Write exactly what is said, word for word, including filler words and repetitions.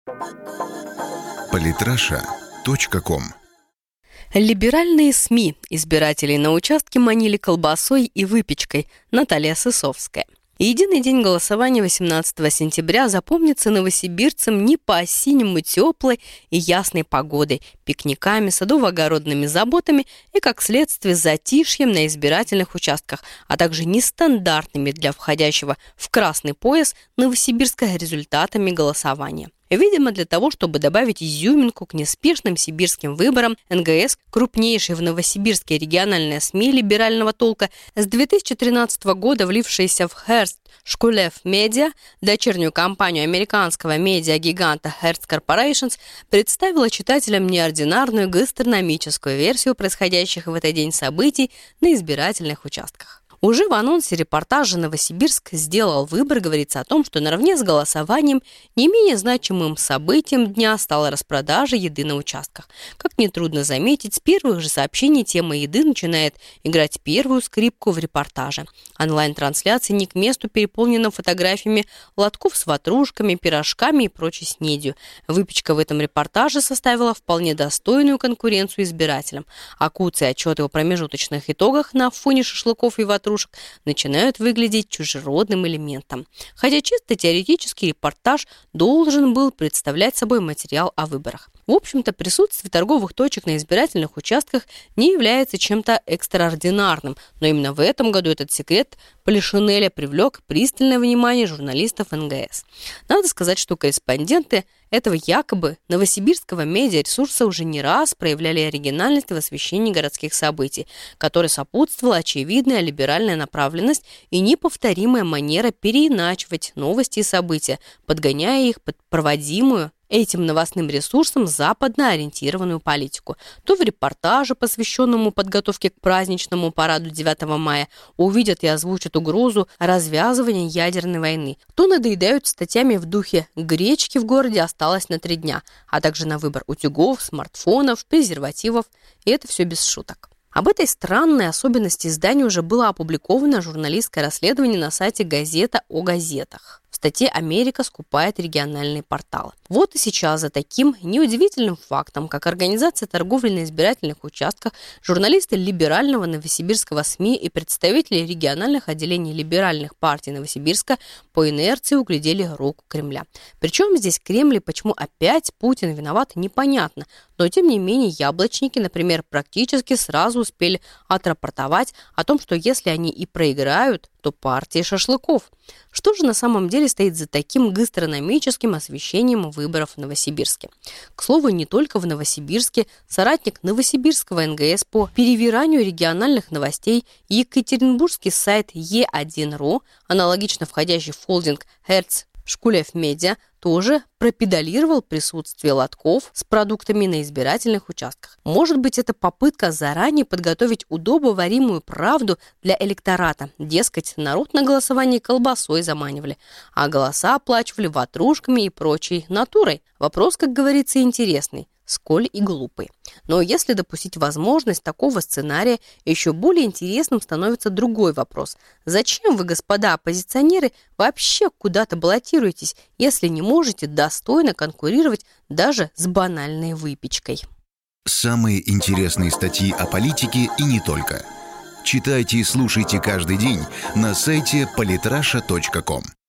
политраша точка ком. Либеральные СМИ избирателей на участке манили колбасой и выпечкой. Наталья Сысовская. Единый день голосования восемнадцатого сентября запомнится новосибирцам не по-осеннему теплой и ясной погодой, пикниками, садово-огородными заботами и, как следствие, затишьем на избирательных участках, а также нестандартными для входящего в красный пояс Новосибирска результатами голосования. Видимо, для того, чтобы добавить изюминку к неспешным сибирским выборам, эн гэ эс, крупнейшая в Новосибирске региональная СМИ либерального толка, с две тысячи тринадцатого года влившаяся в Hearst Шкулев Медиа, дочернюю компанию американского медиагиганта Hearst Corporations, представила читателям неординарную гастрономическую версию происходящих в этот день событий на избирательных участках. Уже в анонсе репортажа «Новосибирск сделал выбор» говорится о том, что наравне с голосованием не менее значимым событием дня стала распродажа еды на участках. Как нетрудно заметить, с первых же сообщений тема еды начинает играть первую скрипку в репортаже. Онлайн-трансляция не к месту переполнена фотографиями лотков с ватрушками, пирожками и прочей снедью. Выпечка в этом репортаже составила вполне достойную конкуренцию избирателям. А куцы и отчеты о промежуточных итогах на фоне шашлыков и ватрушек начинают выглядеть чужеродным элементом. Хотя чисто теоретический репортаж должен был представлять собой материал о выборах. В общем-то, присутствие торговых точек на избирательных участках не является чем-то экстраординарным, но именно в этом году этот секрет полишинеля привлек пристальное внимание журналистов эн гэ эс. Надо сказать, что корреспонденты этого якобы новосибирского медиаресурса уже не раз проявляли оригинальность в освещении городских событий, которой сопутствовала очевидная либеральная направленность и неповторимая манера переиначивать новости и события, подгоняя их под проводимую этим новостным ресурсом западно ориентированную политику. То в репортаже, посвященному подготовке к праздничному параду девятого мая, увидят и озвучат угрозу развязывания ядерной войны, то надоедают статьями в духе «гречки в городе осталось на три дня», а также на выбор утюгов, смартфонов, презервативов. И это все без шуток. Об этой странной особенности издания уже было опубликовано журналистское расследование на сайте «Газета о газетах». В статье «Америка скупает региональные порталы». Вот и сейчас за таким неудивительным фактом, как организация торговли на избирательных участках, журналисты либерального новосибирского СМИ и представители региональных отделений либеральных партий Новосибирска по инерции углядели руку Кремля. Причем здесь Кремль и почему опять Путин виноват, непонятно. Но тем не менее яблочники, например, практически сразу успели отрапортовать о том, что если они и проиграют, то партии шашлыков. Что же на самом деле стоит за таким гастрономическим освещением выборов в Новосибирске? К слову, не только в Новосибирске. Соратник новосибирского эн гэ эс по перевиранию региональных новостей, екатеринбургский сайт е один точка ру, аналогично входящий в холдинг Hearst Шкулев Медиа, тоже пропедалировал присутствие лотков с продуктами на избирательных участках. Может быть, это попытка заранее подготовить удобоваримую правду для электората. Дескать, народ на голосование колбасой заманивали, а голоса оплачивали ватрушками и прочей натурой. Вопрос, как говорится, интересный, сколь и глупый. Но если допустить возможность такого сценария, еще более интересным становится другой вопрос. Зачем вы, господа оппозиционеры, вообще куда-то баллотируетесь, если не можете достойно конкурировать даже с банальной выпечкой? Самые интересные статьи о политике и не только. Читайте и слушайте каждый день на сайте политраша точка ком.